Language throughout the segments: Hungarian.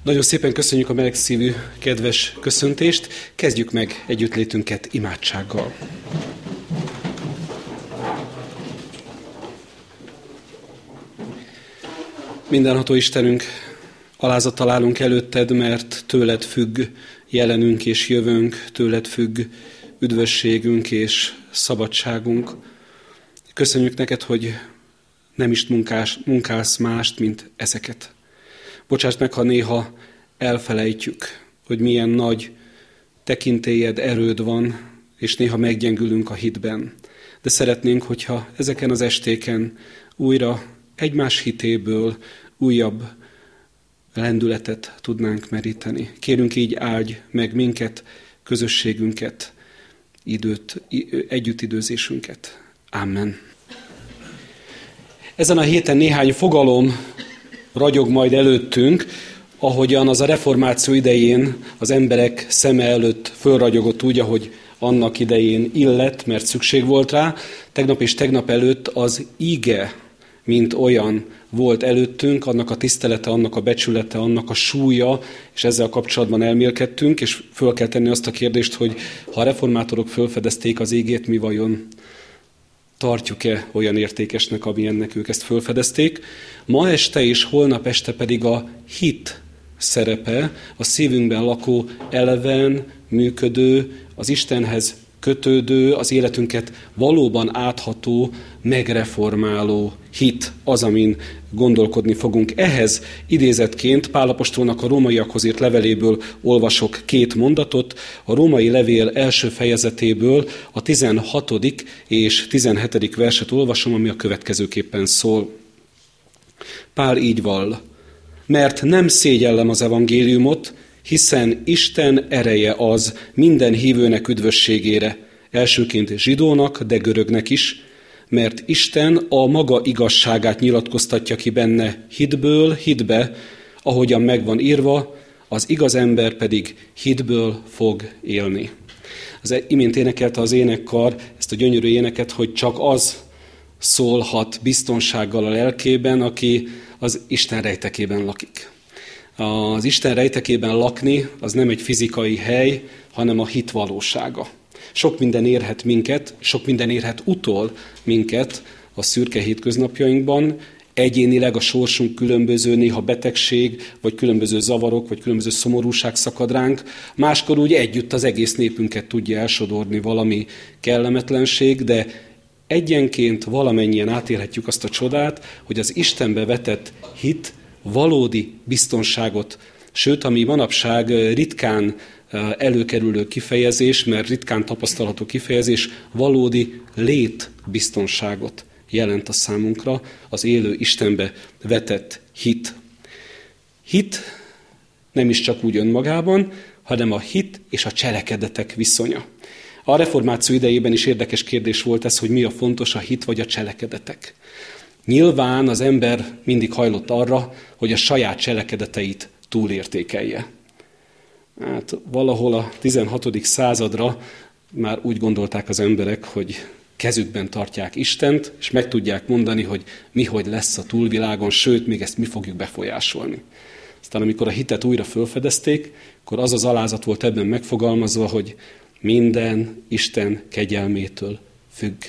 Nagyon szépen köszönjük a melegszívű, kedves köszöntést. Kezdjük meg együttlétünket imádsággal. Mindenható Istenünk, alázattal állunk előtted, mert tőled függ jelenünk és jövőnk, tőled függ üdvösségünk és szabadságunk. Köszönjük neked, hogy nem is munkálsz mást, mint ezeket. Bocsáss meg, ha néha elfelejtjük, hogy milyen nagy tekintélyed, erőd van, és néha meggyengülünk a hitben. De szeretnénk, hogyha ezeken az estéken újra egymás hitéből újabb lendületet tudnánk meríteni. Kérünk, így áldj meg minket, közösségünket, együttidőzésünket. Amen. Ezen a héten néhány fogalom ragyog majd előttünk, ahogyan az a reformáció idején az emberek szeme előtt fölragyogott úgy, ahogy annak idején illett, mert szükség volt rá. Tegnap és tegnap előtt az ige, mint olyan volt előttünk, annak a tisztelete, annak a becsülete, annak a súlya, és ezzel kapcsolatban elmélkedtünk, és föl kell tenni azt a kérdést, hogy ha a reformátorok fölfedezték az igét, mi vajon tartjuk-e olyan értékesnek, amilyennek ők ezt fölfedezték. Ma este és holnap este pedig a hit szerepe, a szívünkben lakó eleven, működő, az Istenhez kötődő, az életünket valóban átható, megreformáló hit az, amin gondolkodni fogunk. Ehhez idézetként Pál apostolnak a rómaiakhoz írt leveléből olvasok 2 mondatot, a római levél első fejezetéből a 16. és 17. verset olvasom, ami a következőképpen szól. Pál így vall: mert nem szégyellem az evangéliumot, hiszen Isten ereje az minden hívőnek üdvösségére, elsőként zsidónak, de görögnek is, mert Isten a maga igazságát nyilatkoztatja ki benne hitből hitbe, ahogyan megvan írva, az igaz ember pedig hitből fog élni. Az imént énekelte az énekkar ezt a gyönyörű éneket, hogy csak az szólhat biztonsággal a lelkében, aki az Isten rejtekében lakik. Az Isten rejtekében lakni az nem egy fizikai hely, hanem a hit valósága. Sok minden érhet minket, sok minden érhet utol minket a szürke hétköznapjainkban, egyénileg a sorsunk különböző, néha betegség, vagy különböző zavarok, vagy különböző szomorúság szakad ránk. Máskor úgy együtt az egész népünket tudja elsodorni valami kellemetlenség, de egyenként valamennyien átélhetjük azt a csodát, hogy az Istenbe vetett hit valódi biztonságot, sőt, ami manapság ritkán előkerülő kifejezés, mert ritkán tapasztalható kifejezés, valódi létbiztonságot jelent a számunkra az élő Istenbe vetett hit. Hit nem is csak úgy önmagában, hanem a hit és a cselekedetek viszonya. A reformáció idejében is érdekes kérdés volt ez, hogy mi a fontos, a hit vagy a cselekedetek. Nyilván az ember mindig hajlott arra, hogy a saját cselekedeteit túlértékelje. Hát valahol a 16. századra már úgy gondolták az emberek, hogy kezükben tartják Istent, és meg tudják mondani, hogy mihogy lesz a túlvilágon, sőt, még ezt mi fogjuk befolyásolni. Aztán amikor a hitet újra felfedezték, akkor az az alázat volt ebben megfogalmazva, hogy minden Isten kegyelmétől függ.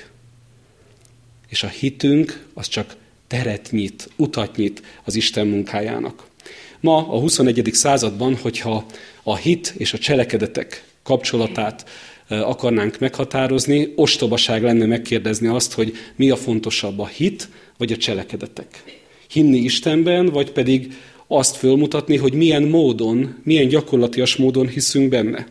És a hitünk az csak teret nyit, utat nyit az Isten munkájának. Ma a 21. században, hogyha a hit és a cselekedetek kapcsolatát akarnánk meghatározni, ostobaság lenne megkérdezni azt, hogy mi a fontosabb, a hit vagy a cselekedetek. Hinni Istenben, vagy pedig azt fölmutatni, hogy milyen módon, milyen gyakorlatias módon hiszünk benne.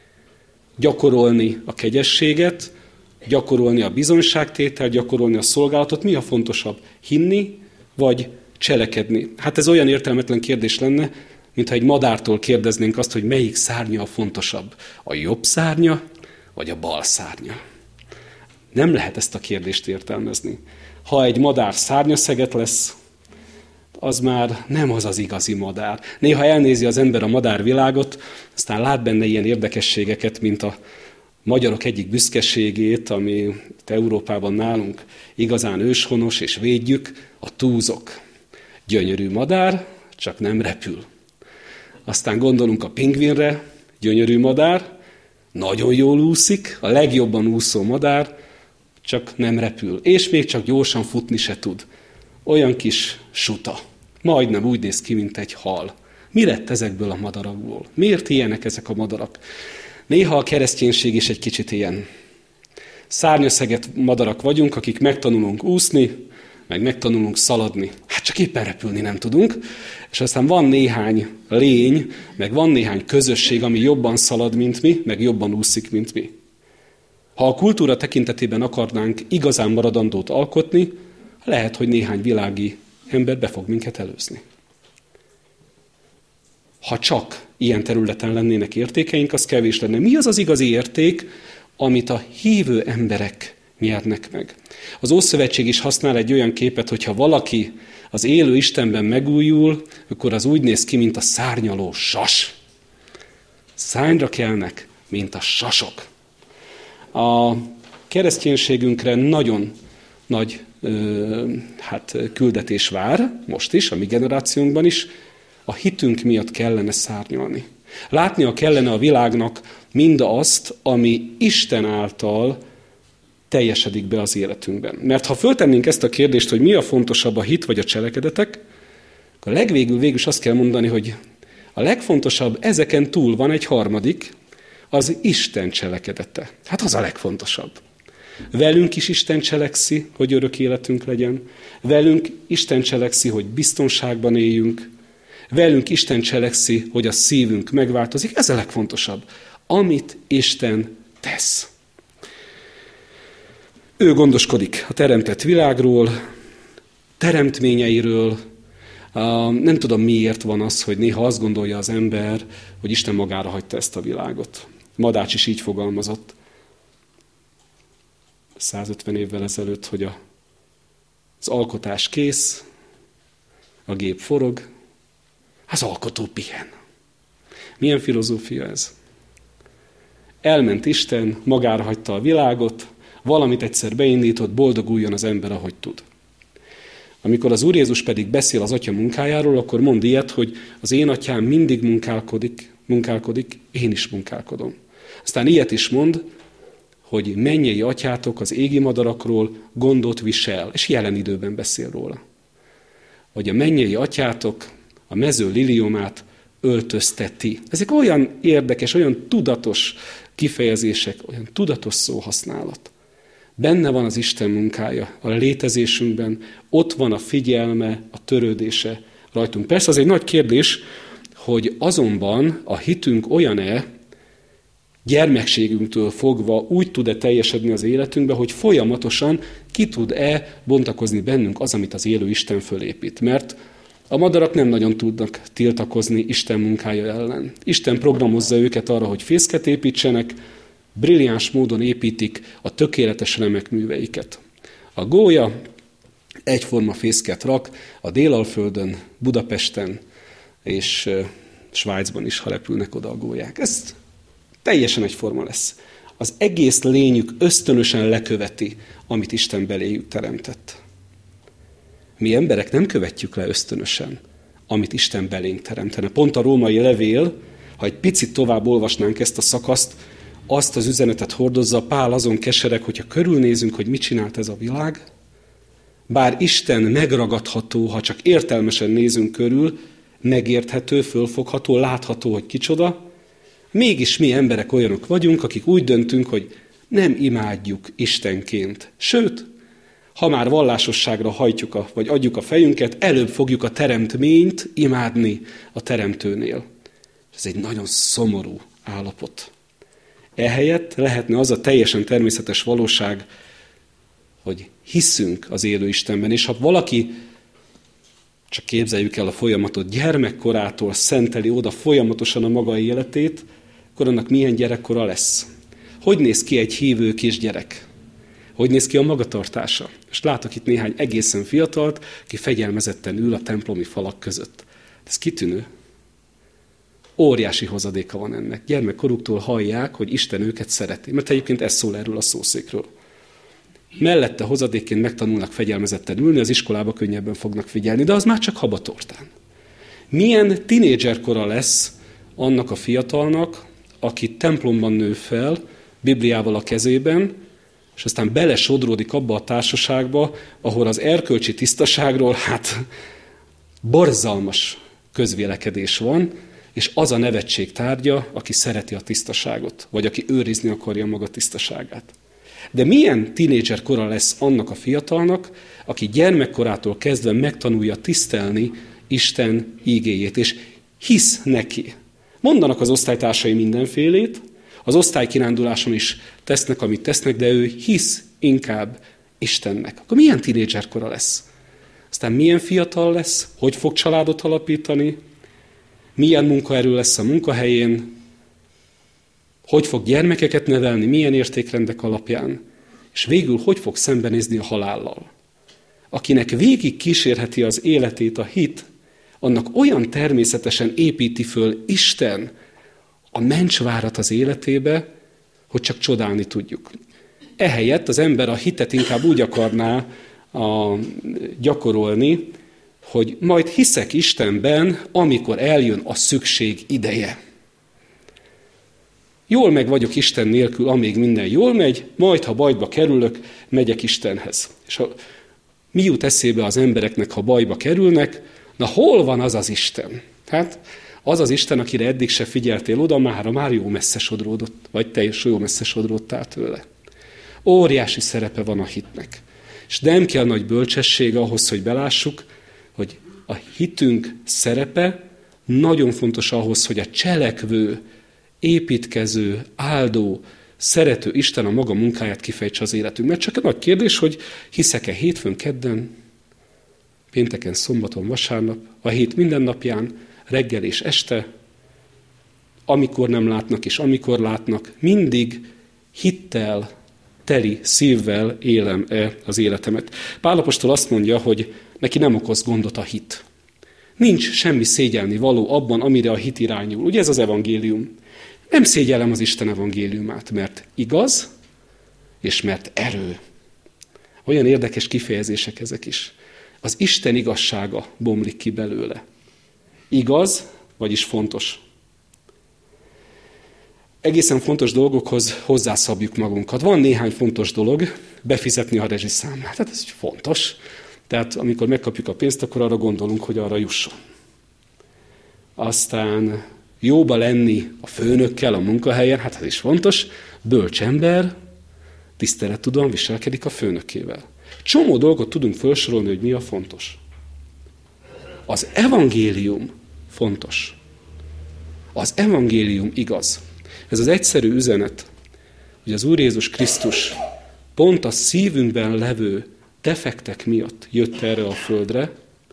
Gyakorolni a kegyességet, gyakorolni a bizonyságtételt, gyakorolni a szolgálatot, mi a fontosabb? Hinni vagy cselekedni? Hát ez olyan értelmetlen kérdés lenne, mintha egy madártól kérdeznénk azt, hogy melyik szárnya a fontosabb. A jobb szárnya vagy a bal szárnya? Nem lehet ezt a kérdést értelmezni. Ha egy madár szárnyaszeget lesz, az már nem az az igazi madár. Néha elnézi az ember a madárvilágot, aztán lát benne ilyen érdekességeket, mint a magyarok egyik büszkeségét, ami itt Európában nálunk igazán őshonos, és védjük, a túzok. Gyönyörű madár, csak nem repül. Aztán gondolunk a pingvinre, gyönyörű madár, nagyon jól úszik, a legjobban úszó madár, csak nem repül, és még csak gyorsan futni se tud. Olyan kis suta. Majdnem úgy néz ki, mint egy hal. Mi lett ezekből a madarakból? Miért ilyenek ezek a madarak? Néha a kereszténység is egy kicsit ilyen. Szárnyaszeget madarak vagyunk, akik megtanulunk úszni, meg megtanulunk szaladni. Hát csak éppen repülni nem tudunk. És aztán van néhány lény, meg van néhány közösség, ami jobban szalad, mint mi, meg jobban úszik, mint mi. Ha a kultúra tekintetében akarnánk igazán maradandót alkotni, lehet, hogy néhány világi ember be fog minket előzni. Ha csak ilyen területen lennének értékeink, az kevés lenne. Mi az az igazi érték, amit a hívő emberek nyernek meg? Az Ószövetség is használ egy olyan képet, hogyha valaki az élő Istenben megújul, akkor az úgy néz ki, mint a szárnyaló sas. Szárnyra kelnek, mint a sasok. A kereszténységünkre nagyon nagy küldetés vár, most is, a mi generációnkban is, a hitünk miatt kellene szárnyalni. Látnia kellene a világnak mindazt, ami Isten által teljesedik be az életünkben. Mert ha föltennénk ezt a kérdést, hogy mi a fontosabb, a hit vagy a cselekedetek, akkor végül is azt kell mondani, hogy a legfontosabb, ezeken túl van egy harmadik, az Isten cselekedete. Hát az a legfontosabb. Velünk is Isten cselekszi, hogy örök életünk legyen. Velünk Isten cselekszi, hogy biztonságban éljünk. Velünk Isten cselekszi, hogy a szívünk megváltozik. Ez a legfontosabb. Amit Isten tesz. Ő gondoskodik a teremtett világról, teremtményeiről. Nem tudom, miért van az, hogy néha azt gondolja az ember, hogy Isten magára hagyta ezt a világot. Madács is így fogalmazott 150 évvel ezelőtt, hogy az alkotás kész, a gép forog, az alkotó pihen. Milyen filozófia ez? Elment Isten, magára hagyta a világot, valamit egyszer beindított, boldoguljon az ember, ahogy tud. Amikor az Úr Jézus pedig beszél az Atya munkájáról, akkor mond ilyet, hogy az én atyám mindig munkálkodik, én is munkálkodom. Aztán ilyet is mond, hogy mennyei atyátok az égi madarakról gondot visel, és jelen időben beszél róla. Hogy a mennyei atyátok a mező liliomát öltözteti. Ezek olyan érdekes, olyan tudatos kifejezések, olyan tudatos szóhasználat. Benne van az Isten munkája a létezésünkben, ott van a figyelme, a törődése rajtunk. Persze az egy nagy kérdés, hogy azonban a hitünk olyan-e, gyermekségünktől fogva úgy tud-e teljesedni az életünkbe, hogy folyamatosan ki tud-e bontakozni bennünk az, amit az élő Isten fölépít. Mert a madarak nem nagyon tudnak tiltakozni Isten munkája ellen. Isten programozza őket arra, hogy fészket építsenek, brilliáns módon építik a tökéletes remek műveiket. A gólya egyforma fészket rak a Délalföldön, Budapesten és Svájcban is, ha repülnek oda a gólyák. Ez teljesen egyforma lesz. Az egész lényük ösztönösen leköveti, amit Isten beléjük teremtett. Mi emberek nem követjük le ösztönösen, amit Isten belénk teremtene. Pont a római levél, ha egy picit tovább olvasnánk ezt a szakaszt, azt az üzenetet hordozza, Pál azon kesereg, hogyha körülnézünk, hogy mit csinált ez a világ, bár Isten megragadható, ha csak értelmesen nézünk körül, megérthető, fölfogható, látható, hogy kicsoda, mégis mi emberek olyanok vagyunk, akik úgy döntünk, hogy nem imádjuk Istenként. Sőt, ha már vallásosságra hajtjuk vagy adjuk a fejünket, előbb fogjuk a teremtményt imádni a teremtőnél. Ez egy nagyon szomorú állapot. Ehelyett lehetne az a teljesen természetes valóság, hogy hiszünk az élő Istenben, és ha valaki, csak képzeljük el a folyamatot, gyermekkorától szenteli oda folyamatosan a maga életét, akkor annak milyen gyerekkora lesz? Hogy néz ki egy hívő kisgyerek? Hogy néz ki a magatartása? És látok itt néhány egészen fiatalt, aki fegyelmezetten ül a templomi falak között. Ez kitűnő. Óriási hozadéka van ennek. Gyermekkoruktól hallják, hogy Isten őket szereti. Mert egyébként ez szól erről a szószékről. Mellette hozadékként megtanulnak fegyelmezetten ülni, az iskolába könnyebben fognak figyelni, de az már csak habatortán. Milyen tinédzserkora lesz annak a fiatalnak, aki templomban nő fel, Bibliával a kezében, és aztán belesodródik abba a társaságba, ahol az erkölcsi tisztaságról borzalmas közvélekedés van, és az a nevetség tárgya, aki szereti a tisztaságot, vagy aki őrizni akarja maga tisztaságát. De milyen tínédzser kora lesz annak a fiatalnak, aki gyermekkorától kezdve megtanulja tisztelni Isten ígéjét, és hisz neki. Mondanak az osztálytársai mindenfélét, az osztálykiránduláson is tesznek, amit tesznek, de ő hisz inkább Istennek. Akkor milyen tínédzser kora lesz? Aztán milyen fiatal lesz? Hogy fog családot alapítani? Milyen munkaerő lesz a munkahelyén? Hogy fog gyermekeket nevelni? Milyen értékrendek alapján? És végül hogy fog szembenézni a halállal? Akinek végig kísérheti az életét a hit, annak olyan természetesen építi föl Isten a mencsvárat az életébe, hogy csak csodálni tudjuk. Ehelyett az ember a hitet inkább úgy akarná gyakorolni, hogy majd hiszek Istenben, amikor eljön a szükség ideje. Jól meg vagyok Isten nélkül, amíg minden jól megy, majd ha bajba kerülök, megyek Istenhez. És mi jut eszébe az embereknek, ha bajba kerülnek? Na hol van az az Isten? Hát az az Isten, akire eddig se figyeltél oda, már jó messze sodródott, vagy te is jó messze sodródtál tőle. Óriási szerepe van a hitnek. És nem kell nagy bölcsesség ahhoz, hogy belássuk, hogy a hitünk szerepe nagyon fontos ahhoz, hogy a cselekvő, építkező, áldó, szerető Isten a maga munkáját kifejtse az életünkben. Csak egy nagy kérdés, hogy hiszek-e hétfőn, kedden, pénteken, szombaton, vasárnap, a hét minden napján, reggel és este, amikor nem látnak és amikor látnak, mindig hittel, teli szívvel élem-e az életemet. Pál apostol azt mondja, hogy neki nem okoz gondot a hit. Nincs semmi szégyelni való abban, amire a hit irányul. Ugye ez az evangélium? Nem szégyellem az Isten evangéliumát, mert igaz, és mert erő. Olyan érdekes kifejezések ezek is. Az Isten igazsága bomlik ki belőle. Igaz, vagyis fontos. Egészen fontos dolgokhoz hozzászabjuk magunkat. Van néhány fontos dolog, befizetni a rezsiszámlát. Tehát ez fontos. Tehát amikor megkapjuk a pénzt, akkor arra gondolunk, hogy arra jusson. Aztán jóba lenni a főnökkel a munkahelyen, hát ez is fontos. Bölcs ember tisztelettudóan viselkedik a főnökével. Csomó dolgot tudunk felsorolni, hogy mi a fontos. Az evangélium fontos. Az evangélium igaz. Ez az egyszerű üzenet, hogy az Úr Jézus Krisztus pont a szívünkben levő defektek miatt jött erre a földre.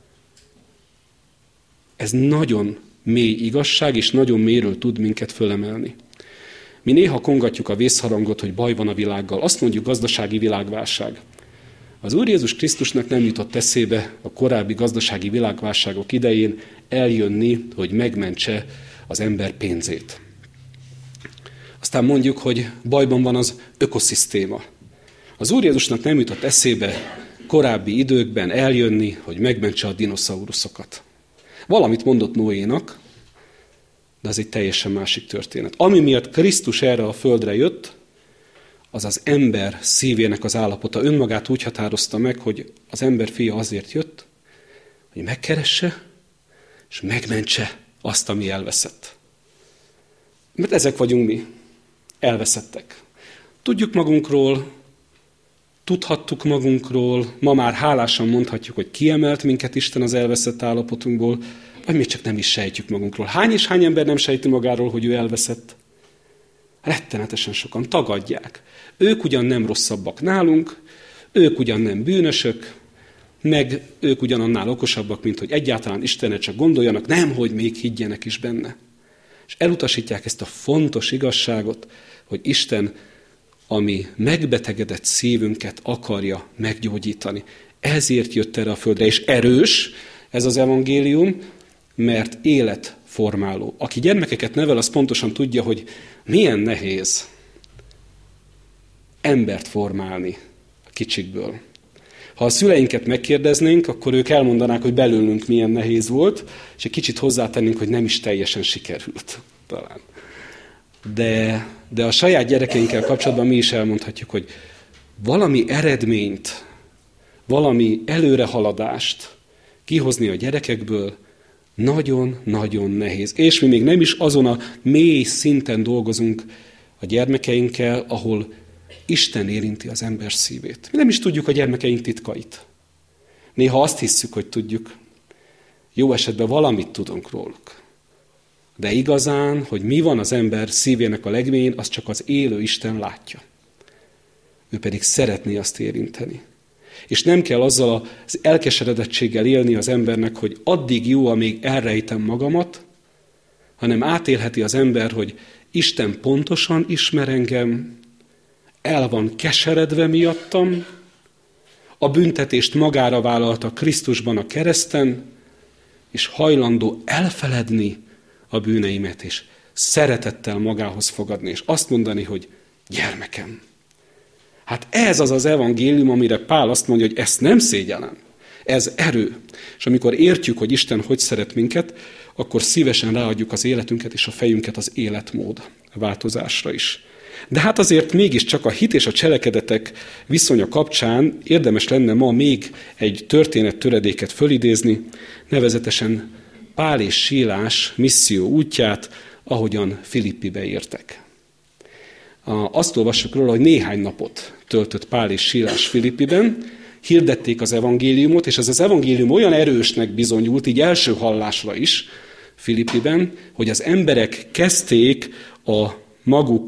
Ez nagyon mély igazság, és nagyon mélyről tud minket fölemelni. Mi néha kongatjuk a vészharangot, hogy baj van a világgal. Azt mondjuk, gazdasági világválság. Az Úr Jézus Krisztusnak nem jutott eszébe a korábbi gazdasági világválságok idején eljönni, hogy megmentse az ember pénzét. Aztán mondjuk, hogy bajban van az ökoszisztéma. Az Úr Jézusnak nem jutott eszébe korábbi időkben eljönni, hogy megmentse a dinoszauruszokat. Valamit mondott Noénak, de ez egy teljesen másik történet. Ami miatt Krisztus erre a földre jött, az az ember szívének az állapota. Önmagát úgy határozta meg, hogy az ember fia azért jött, hogy megkeresse, és megmentse azt, ami elveszett. Mert ezek vagyunk mi, elveszettek. Tudjuk magunkról, tudhattuk magunkról, ma már hálásan mondhatjuk, hogy kiemelt minket Isten az elveszett állapotunkból, vagy még csak nem is sejtjük magunkról. Hány és hány ember nem sejti magáról, hogy ő elveszett? Rettenetesen sokan tagadják. Ők ugyan nem rosszabbak nálunk, ők ugyan nem bűnösök, meg ők ugyan annál okosabbak, mint hogy egyáltalán Istenre csak gondoljanak, nem, hogy még higgyenek is benne. És elutasítják ezt a fontos igazságot, hogy Isten, ami megbetegedett szívünket akarja meggyógyítani. Ezért jött erre a földre, és erős ez az evangélium, mert életformáló. Aki gyermekeket nevel, az pontosan tudja, hogy milyen nehéz embert formálni a kicsikből. Ha a szüleinket megkérdeznénk, akkor ők elmondanák, hogy belőlünk milyen nehéz volt, és egy kicsit hozzátennénk, hogy nem is teljesen sikerült. talán. De a saját gyerekeinkkel kapcsolatban mi is elmondhatjuk, hogy valami eredményt, valami előrehaladást kihozni a gyerekekből nagyon-nagyon nehéz. És mi még nem is azon a mély szinten dolgozunk a gyermekeinkkel, ahol Isten érinti az ember szívét. Mi nem is tudjuk a gyermekeink titkait. Néha azt hisszük, hogy tudjuk. Jó esetben valamit tudunk róluk. De igazán, hogy mi van az ember szívének a legmélyén, az csak az élő Isten látja. Ő pedig szeretné azt érinteni. És nem kell azzal az elkeseredettséggel élni az embernek, hogy addig jó, amíg elrejtem magamat, hanem átélheti az ember, hogy Isten pontosan ismer engem, el van keseredve miattam, a büntetést magára vállalta Krisztusban a kereszten, és hajlandó elfeledni a bűneimet, és szeretettel magához fogadni, és azt mondani, hogy gyermekem. Hát ez az az evangélium, amire Pál azt mondja, hogy ezt nem szégyellem, ez erő. És amikor értjük, hogy Isten hogy szeret minket, akkor szívesen ráadjuk az életünket és a fejünket az életmód változásra is. De hát azért mégiscsak a hit és a cselekedetek viszonya kapcsán érdemes lenne ma még egy történettöredéket fölidézni, nevezetesen Pál és Sílás misszió útját, ahogyan Filippibe értek. Azt olvassuk róla, hogy néhány napot töltött Pál és Sílás Filippiben, hirdették az evangéliumot, és ez az evangélium olyan erősnek bizonyult, így első hallásra is Filippiben, hogy az emberek kezdték a maguk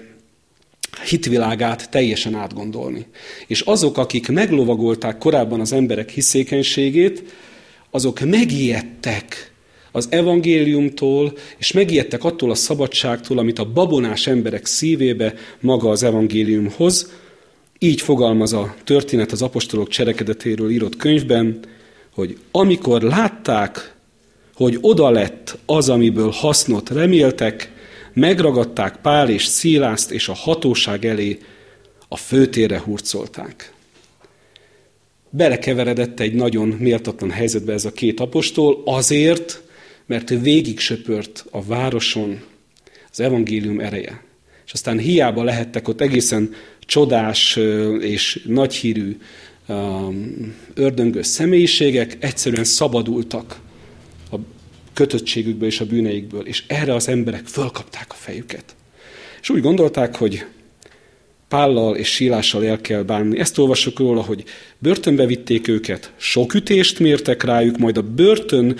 hitvilágát teljesen átgondolni. És azok, akik meglovagolták korábban az emberek hiszékenységét, azok megijedtek az evangéliumtól, és megijedtek attól a szabadságtól, amit a babonás emberek szívébe maga az evangélium hoz. Így fogalmaz a történet az apostolok cselekedetéről írott könyvben, hogy amikor látták, hogy oda lett az, amiből hasznot reméltek, megragadták Pál és Szilászt, és a hatóság elé a főtérre hurcolták. Belekeveredett egy nagyon méltatlan helyzetbe ez a két apostol, azért, mert végig söpört a városon az evangélium ereje. És aztán hiába lehettek ott egészen csodás és nagyhírű ördöngös személyiségek, egyszerűen szabadultak a kötöttségükből és a bűneikből, és erre az emberek fölkapták a fejüket. És úgy gondolták, hogy Pállal és Sílással el kell bánni. Ezt olvassuk róla, hogy börtönbe vitték őket, sok ütést mértek rájuk, majd a börtön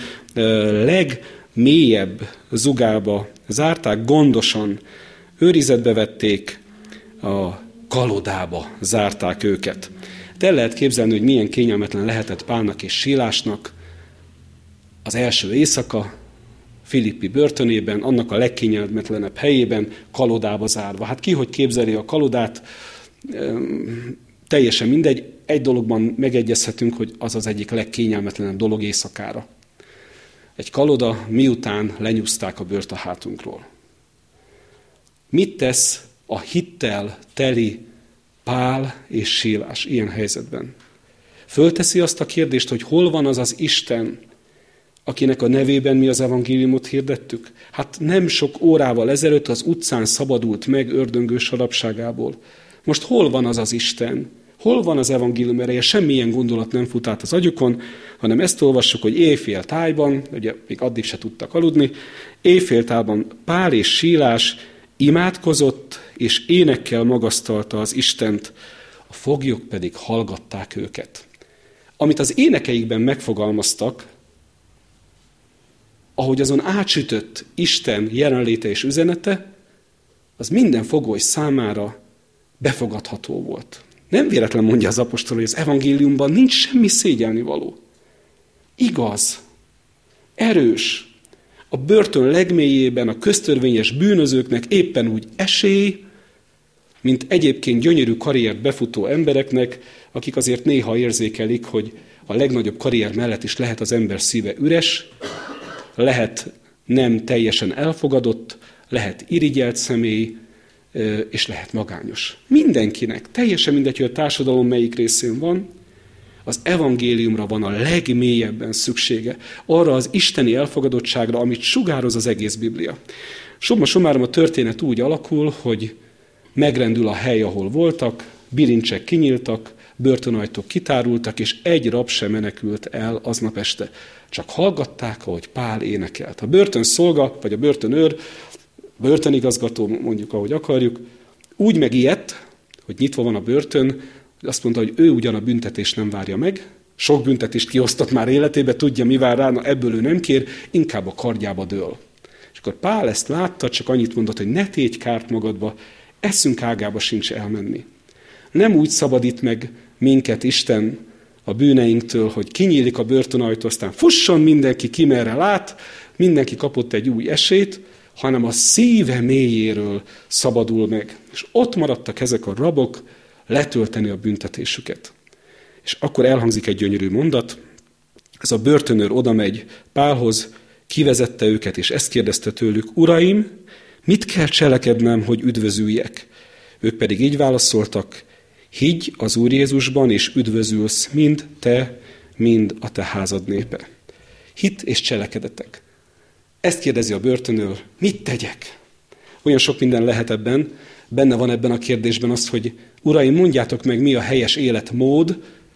legmélyebb zugába zárták, gondosan őrizetbe vették, a kalodába zárták őket. De el lehet képzelni, hogy milyen kényelmetlen lehetett Pálnak és Sílásnak az első éjszaka, Filippi börtönében, annak a legkényelmetlenebb helyében, kalodába zárva. Hát ki, hogy képzeli a kalodát, teljesen mindegy, egy dologban megegyezhetünk, hogy az az egyik legkényelmetlenebb dolog éjszakára. Egy kaloda, miután lenyúzták a bőrt a hátunkról. Mit tesz a hittel teli Pál és Sílás ilyen helyzetben? Fölteszi azt a kérdést, hogy hol van az az Isten, akinek a nevében mi az evangéliumot hirdettük? Hát nem sok órával ezelőtt az utcán szabadult meg ördöngős alapságából. Most hol van az az Isten? Hol van az evangélium ereje? Semmilyen gondolat nem fut át az agyukon, hanem ezt olvassuk, hogy éjféltájban, ugye még addig se tudtak aludni, éjféltájban Pál és Sílás imádkozott, és énekkel magasztalta az Istent, a foglyok pedig hallgatták őket. Amit az énekeikben megfogalmaztak, ahogy azon átsütött Isten jelenléte és üzenete, az minden fogoly számára befogadható volt. Nem véletlen mondja az apostol, hogy az evangéliumban nincs semmi szégyelnivaló. Igaz, erős, a börtön legmélyében a köztörvényes bűnözőknek éppen úgy esély, mint egyébként gyönyörű karriert befutó embereknek, akik azért néha érzékelik, hogy a legnagyobb karrier mellett is lehet az ember szíve üres, lehet nem teljesen elfogadott, lehet irigyelt személy, és lehet magányos. Mindenkinek, teljesen mindegy, hogy a társadalom melyik részén van, Az evangéliumra van a legmélyebben szüksége. Arra az isteni elfogadottságra, amit sugároz az egész Biblia. Summa summarum a történet úgy alakul, hogy megrendül a hely, ahol voltak, bilincsek kinyíltak, börtönajtók kitárultak, és egy rab sem menekült el aznap este. Csak hallgatták, ahogy Pál énekelt. A börtönszolga, vagy a börtönőr, börtönigazgató, mondjuk ahogy akarjuk, úgy megijedt, hogy nyitva van a börtön, hogy azt mondta, hogy ő ugyan a büntetést nem várja meg, sok büntetést kiosztott már életébe, tudja, mi vár rá, ebből ő nem kér, inkább a kardjába dől. És akkor Pál ezt látta, csak annyit mondott, hogy ne tégy kárt magadba, eszünk ágába sincs elmenni. Nem úgy szabadít meg minket Isten a bűneinktől, hogy kinyílik a börtönajtó, aztán fusson mindenki ki, merre lát, mindenki kapott egy új esélyt, hanem a szíve mélyéről szabadul meg. És ott maradtak ezek a rabok letölteni a büntetésüket. És akkor elhangzik egy gyönyörű mondat, ez a börtönőr odamegy Pálhoz, kivezette őket, és ezt kérdezte tőlük, uraim, mit kell cselekednem, hogy üdvözüljek? Ők pedig így válaszoltak, higgy az Úr Jézusban, és üdvözülsz mind te, mind a te házad népe. Hit és cselekedetek. Ezt kérdezi a börtönőr, mit tegyek? Olyan sok minden lehet ebben, benne van ebben a kérdésben az, hogy uraim, mondjátok meg, mi a helyes életmód,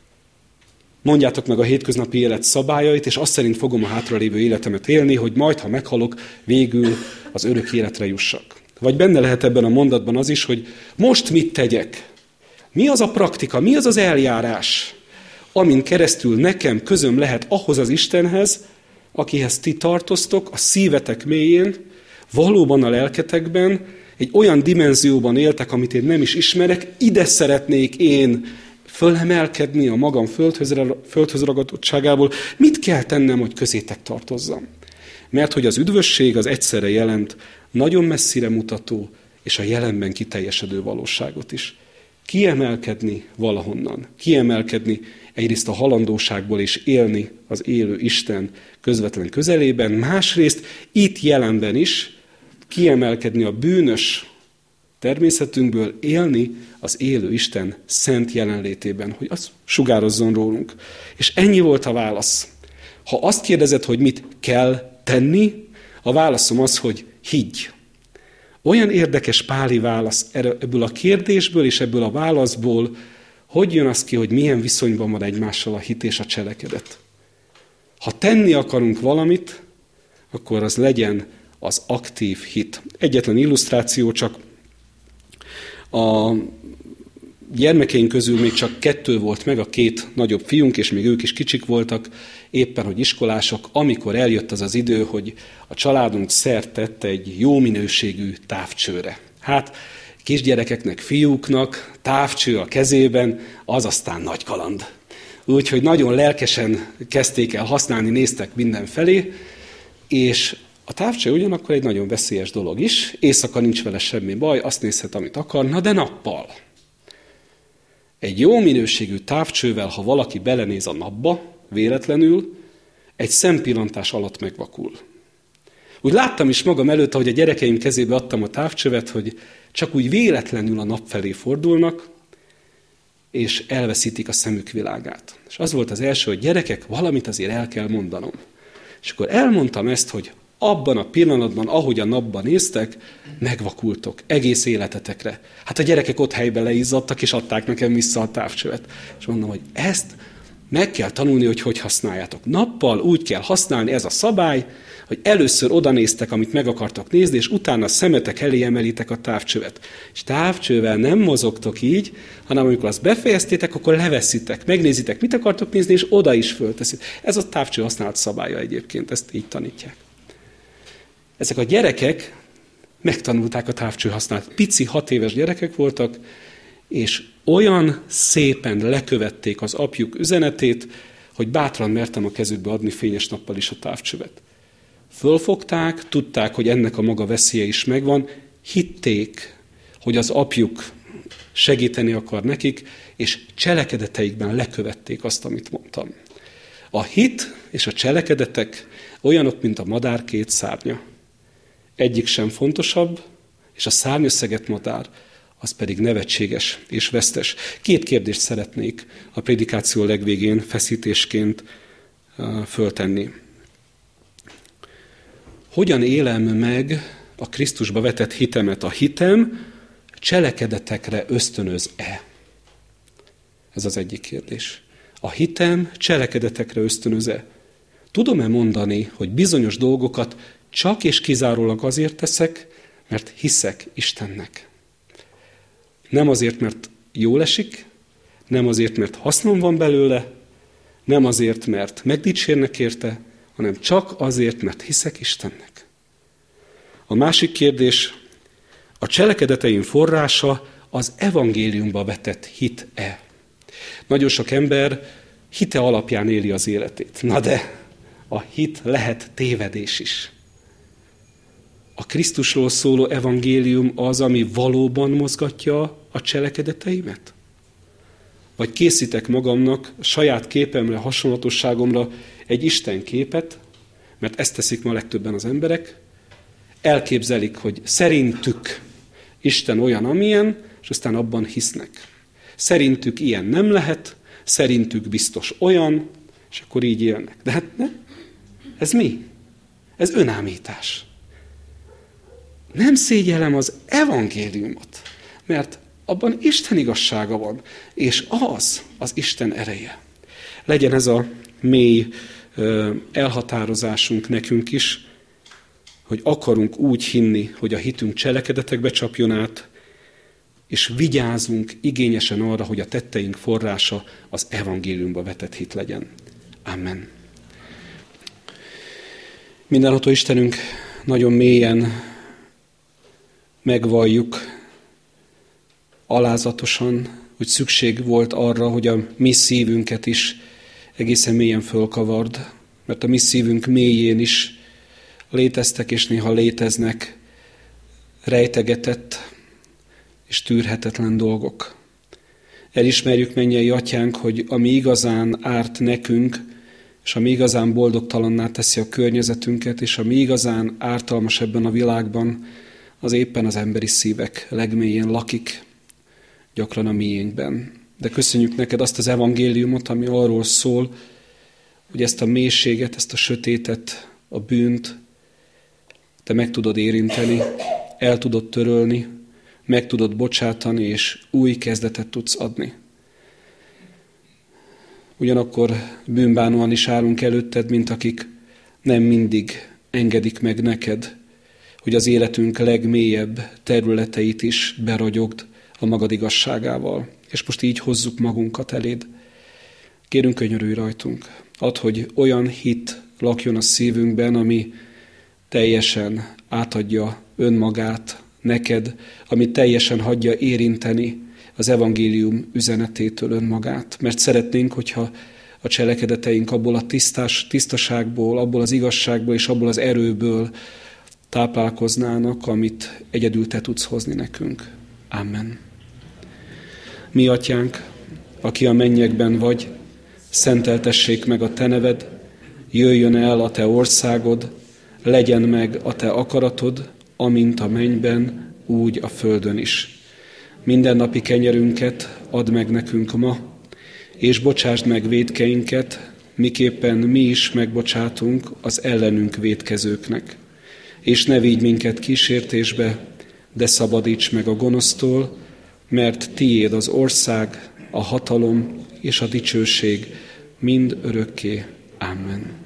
mondjátok meg a hétköznapi élet szabályait, és azt szerint fogom a hátralévő életemet élni, hogy majd, ha meghalok, végül az örök életre jussak. Vagy benne lehet ebben a mondatban az is, hogy most mit tegyek? Mi az a praktika, mi az az eljárás, amin keresztül nekem közöm lehet ahhoz az Istenhez, akihez ti tartoztok, a szívetek mélyén, valóban a lelketekben, egy olyan dimenzióban éltek, amit én nem is ismerek, ide szeretnék én fölemelkedni a magam földhöz ragadottságából. Mit kell tennem, hogy közétek tartozzam? Mert hogy az üdvösség az egyszerre jelent nagyon messzire mutató és a jelenben kiteljesedő valóságot is. Kiemelkedni valahonnan, kiemelkedni egyrészt a halandóságból és élni az élő Isten közvetlen közelében, másrészt itt jelenben is kiemelkedni a bűnös természetünkből, élni az élő Isten szent jelenlétében, hogy az sugározzon rólunk. És ennyi volt a válasz. Ha azt kérdezed, hogy mit kell tenni, a válaszom az, hogy higgy. Olyan érdekes páli válasz ebből a kérdésből és ebből a válaszból, hogy jön az ki, hogy milyen viszonyban van egymással a hit és a cselekedet. Ha tenni akarunk valamit, akkor az legyen az aktív hit. Egyetlen illusztráció, csak a gyermekeink közül még csak 2 volt meg, a 2 nagyobb fiunk, és még ők is kicsik voltak, éppen, hogy iskolások, amikor eljött az az idő, hogy a családunk szert tett egy jó minőségű távcsőre. Hát, kisgyerekeknek, fiúknak távcső a kezében, az aztán nagy kaland. Úgyhogy nagyon lelkesen kezdték el használni, néztek mindenfelé, és a távcső ugyanakkor egy nagyon veszélyes dolog is, éjszaka nincs vele semmi baj, azt nézhet, amit akarna, de nappal. Egy jó minőségű távcsővel, ha valaki belenéz a napba, véletlenül, egy szempillantás alatt megvakul. Úgy láttam is magam előtt, ahogy a gyerekeim kezébe adtam a távcsövet, hogy csak úgy véletlenül a nap felé fordulnak, és elveszítik a szemük világát. És az volt az első, hogy gyerekek, valamit azért el kell mondanom. És akkor elmondtam ezt, hogy abban a pillanatban, ahogy a napban néztek, megvakultok egész életetekre. Hát a gyerekek ott helyben leizzadtak, és adták nekem vissza a távcsövet. És mondom, hogy ezt meg kell tanulni, hogy hogy használjátok. Nappal úgy kell használni, ez a szabály, hogy először oda néztek, amit meg akartok nézni, és utána a szemetek elé emelitek a távcsövet. És távcsővel nem mozogtok így, hanem amikor azt befejeztétek, akkor leveszitek, megnézitek, mit akartok nézni, és oda is fölteszitek. Ez a távcső használat szabálya egyébként, ezt így tanítják. Ezek a gyerekek megtanulták a távcső használatot. Pici, 6 éves gyerekek voltak, és olyan szépen lekövették az apjuk üzenetét, hogy bátran mertem a kezükbe adni fényes nappal is a távcsövet. Fölfogták, tudták, hogy ennek a maga veszélye is megvan, hitték, hogy az apjuk segíteni akar nekik, és cselekedeteikben lekövették azt, amit mondtam. A hit és a cselekedetek olyanok, mint a madár 2 szárnya. Egyik sem fontosabb, és a szárnyösszeget madár az pedig nevetséges és vesztes. 2 kérdést szeretnék a prédikáció legvégén feszítésként föltenni. Hogyan élem meg a Krisztusba vetett hitemet? A hitem cselekedetekre ösztönöz-e? Ez az egyik kérdés. A hitem cselekedetekre ösztönöz-e? Tudom-e mondani, hogy bizonyos dolgokat csak és kizárólag azért teszek, mert hiszek Istennek? Nem azért, mert jól esik, nem azért, mert hasznom van belőle, nem azért, mert megdicsérnek érte, hanem csak azért, mert hiszek Istennek. A másik kérdés, a cselekedeteim forrása az evangéliumba vetett hit-e? Nagyon sok ember hite alapján éli az életét. Na de, a hit lehet tévedés is. A Krisztusról szóló evangélium az, ami valóban mozgatja a cselekedeteimet? Vagy készítek magamnak saját képemre, hasonlatosságomra egy Isten képet, mert ezt teszik ma legtöbben az emberek, elképzelik, hogy szerintük Isten olyan, amilyen, és aztán abban hisznek. Szerintük ilyen nem lehet, szerintük biztos olyan, és akkor így élnek. De hát ne? Ez mi? Ez önámítás. Nem szégyellem az evangéliumot, mert abban Isten igazsága van, és az Isten ereje. Legyen ez a mély elhatározásunk nekünk is, hogy akarunk úgy hinni, hogy a hitünk cselekedetekbe csapjon át, és vigyázunk igényesen arra, hogy a tetteink forrása az evangéliumba vetett hit legyen. Amen. Mindenható Istenünk, nagyon mélyen megvalljuk alázatosan, hogy szükség volt arra, hogy a mi szívünket is egészen mélyen fölkavard, mert a mi szívünk mélyén is léteztek és néha léteznek rejtegetett és tűrhetetlen dolgok. Elismerjük, mennyei Atyánk, hogy ami igazán árt nekünk, és ami igazán boldogtalanná teszi a környezetünket, és ami igazán ártalmas ebben a világban, az éppen az emberi szívek legmélyén lakik, gyakran a miénkben. De köszönjük neked azt az evangéliumot, ami arról szól, hogy ezt a mélységet, ezt a sötétet, a bűnt te meg tudod érinteni, el tudod törölni, meg tudod bocsátani, és új kezdetet tudsz adni. Ugyanakkor bűnbánóan is állunk előtted, mint akik nem mindig engedik meg neked, hogy az életünk legmélyebb területeit is beragyogd a magad igazságával. És most így hozzuk magunkat eléd. Kérünk, könyörülj rajtunk. Add, hogy olyan hit lakjon a szívünkben, ami teljesen átadja önmagát neked, ami teljesen hagyja érinteni az evangélium üzenetétől önmagát. Mert szeretnénk, hogyha a cselekedeteink abból a tisztaságból, abból az igazságból és abból az erőből táplálkoznának, amit egyedül te tudsz hozni nekünk. Amen. Mi Atyánk, aki a mennyekben vagy, szenteltessék meg a te neved, jöjjön el a te országod, legyen meg a te akaratod, amint a mennyben, úgy a földön is. Mindennapi kenyerünket add meg nekünk ma, és bocsásd meg vétkeinket, miképpen mi is megbocsátunk az ellenünk vétkezőknek. És ne vigy minket kísértésbe, de szabadíts meg a gonosztól, mert tiéd az ország, a hatalom és a dicsőség mind örökké. Amen.